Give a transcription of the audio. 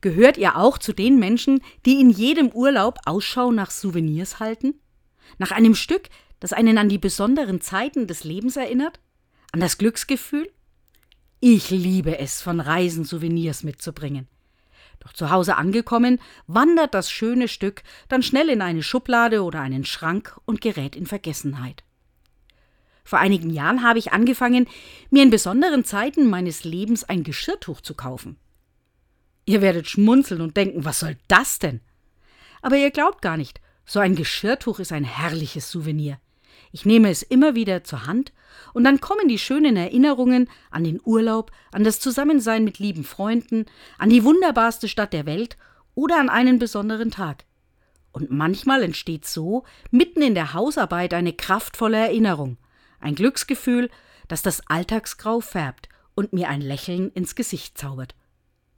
Gehört ihr auch zu den Menschen, die in jedem Urlaub Ausschau nach Souvenirs halten? Nach einem Stück, das einen an die besonderen Zeiten des Lebens erinnert? An das Glücksgefühl? Ich liebe es, von Reisen Souvenirs mitzubringen. Doch zu Hause angekommen, wandert das schöne Stück dann schnell in eine Schublade oder einen Schrank und gerät in Vergessenheit. Vor einigen Jahren habe ich angefangen, mir in besonderen Zeiten meines Lebens ein Geschirrtuch zu kaufen. Ihr werdet schmunzeln und denken, was soll das denn? Aber ihr glaubt gar nicht, so ein Geschirrtuch ist ein herrliches Souvenir. Ich nehme es immer wieder zur Hand und dann kommen die schönen Erinnerungen an den Urlaub, an das Zusammensein mit lieben Freunden, an die wunderbarste Stadt der Welt oder an einen besonderen Tag. Und manchmal entsteht so mitten in der Hausarbeit eine kraftvolle Erinnerung, ein Glücksgefühl, das das Alltagsgrau färbt und mir ein Lächeln ins Gesicht zaubert.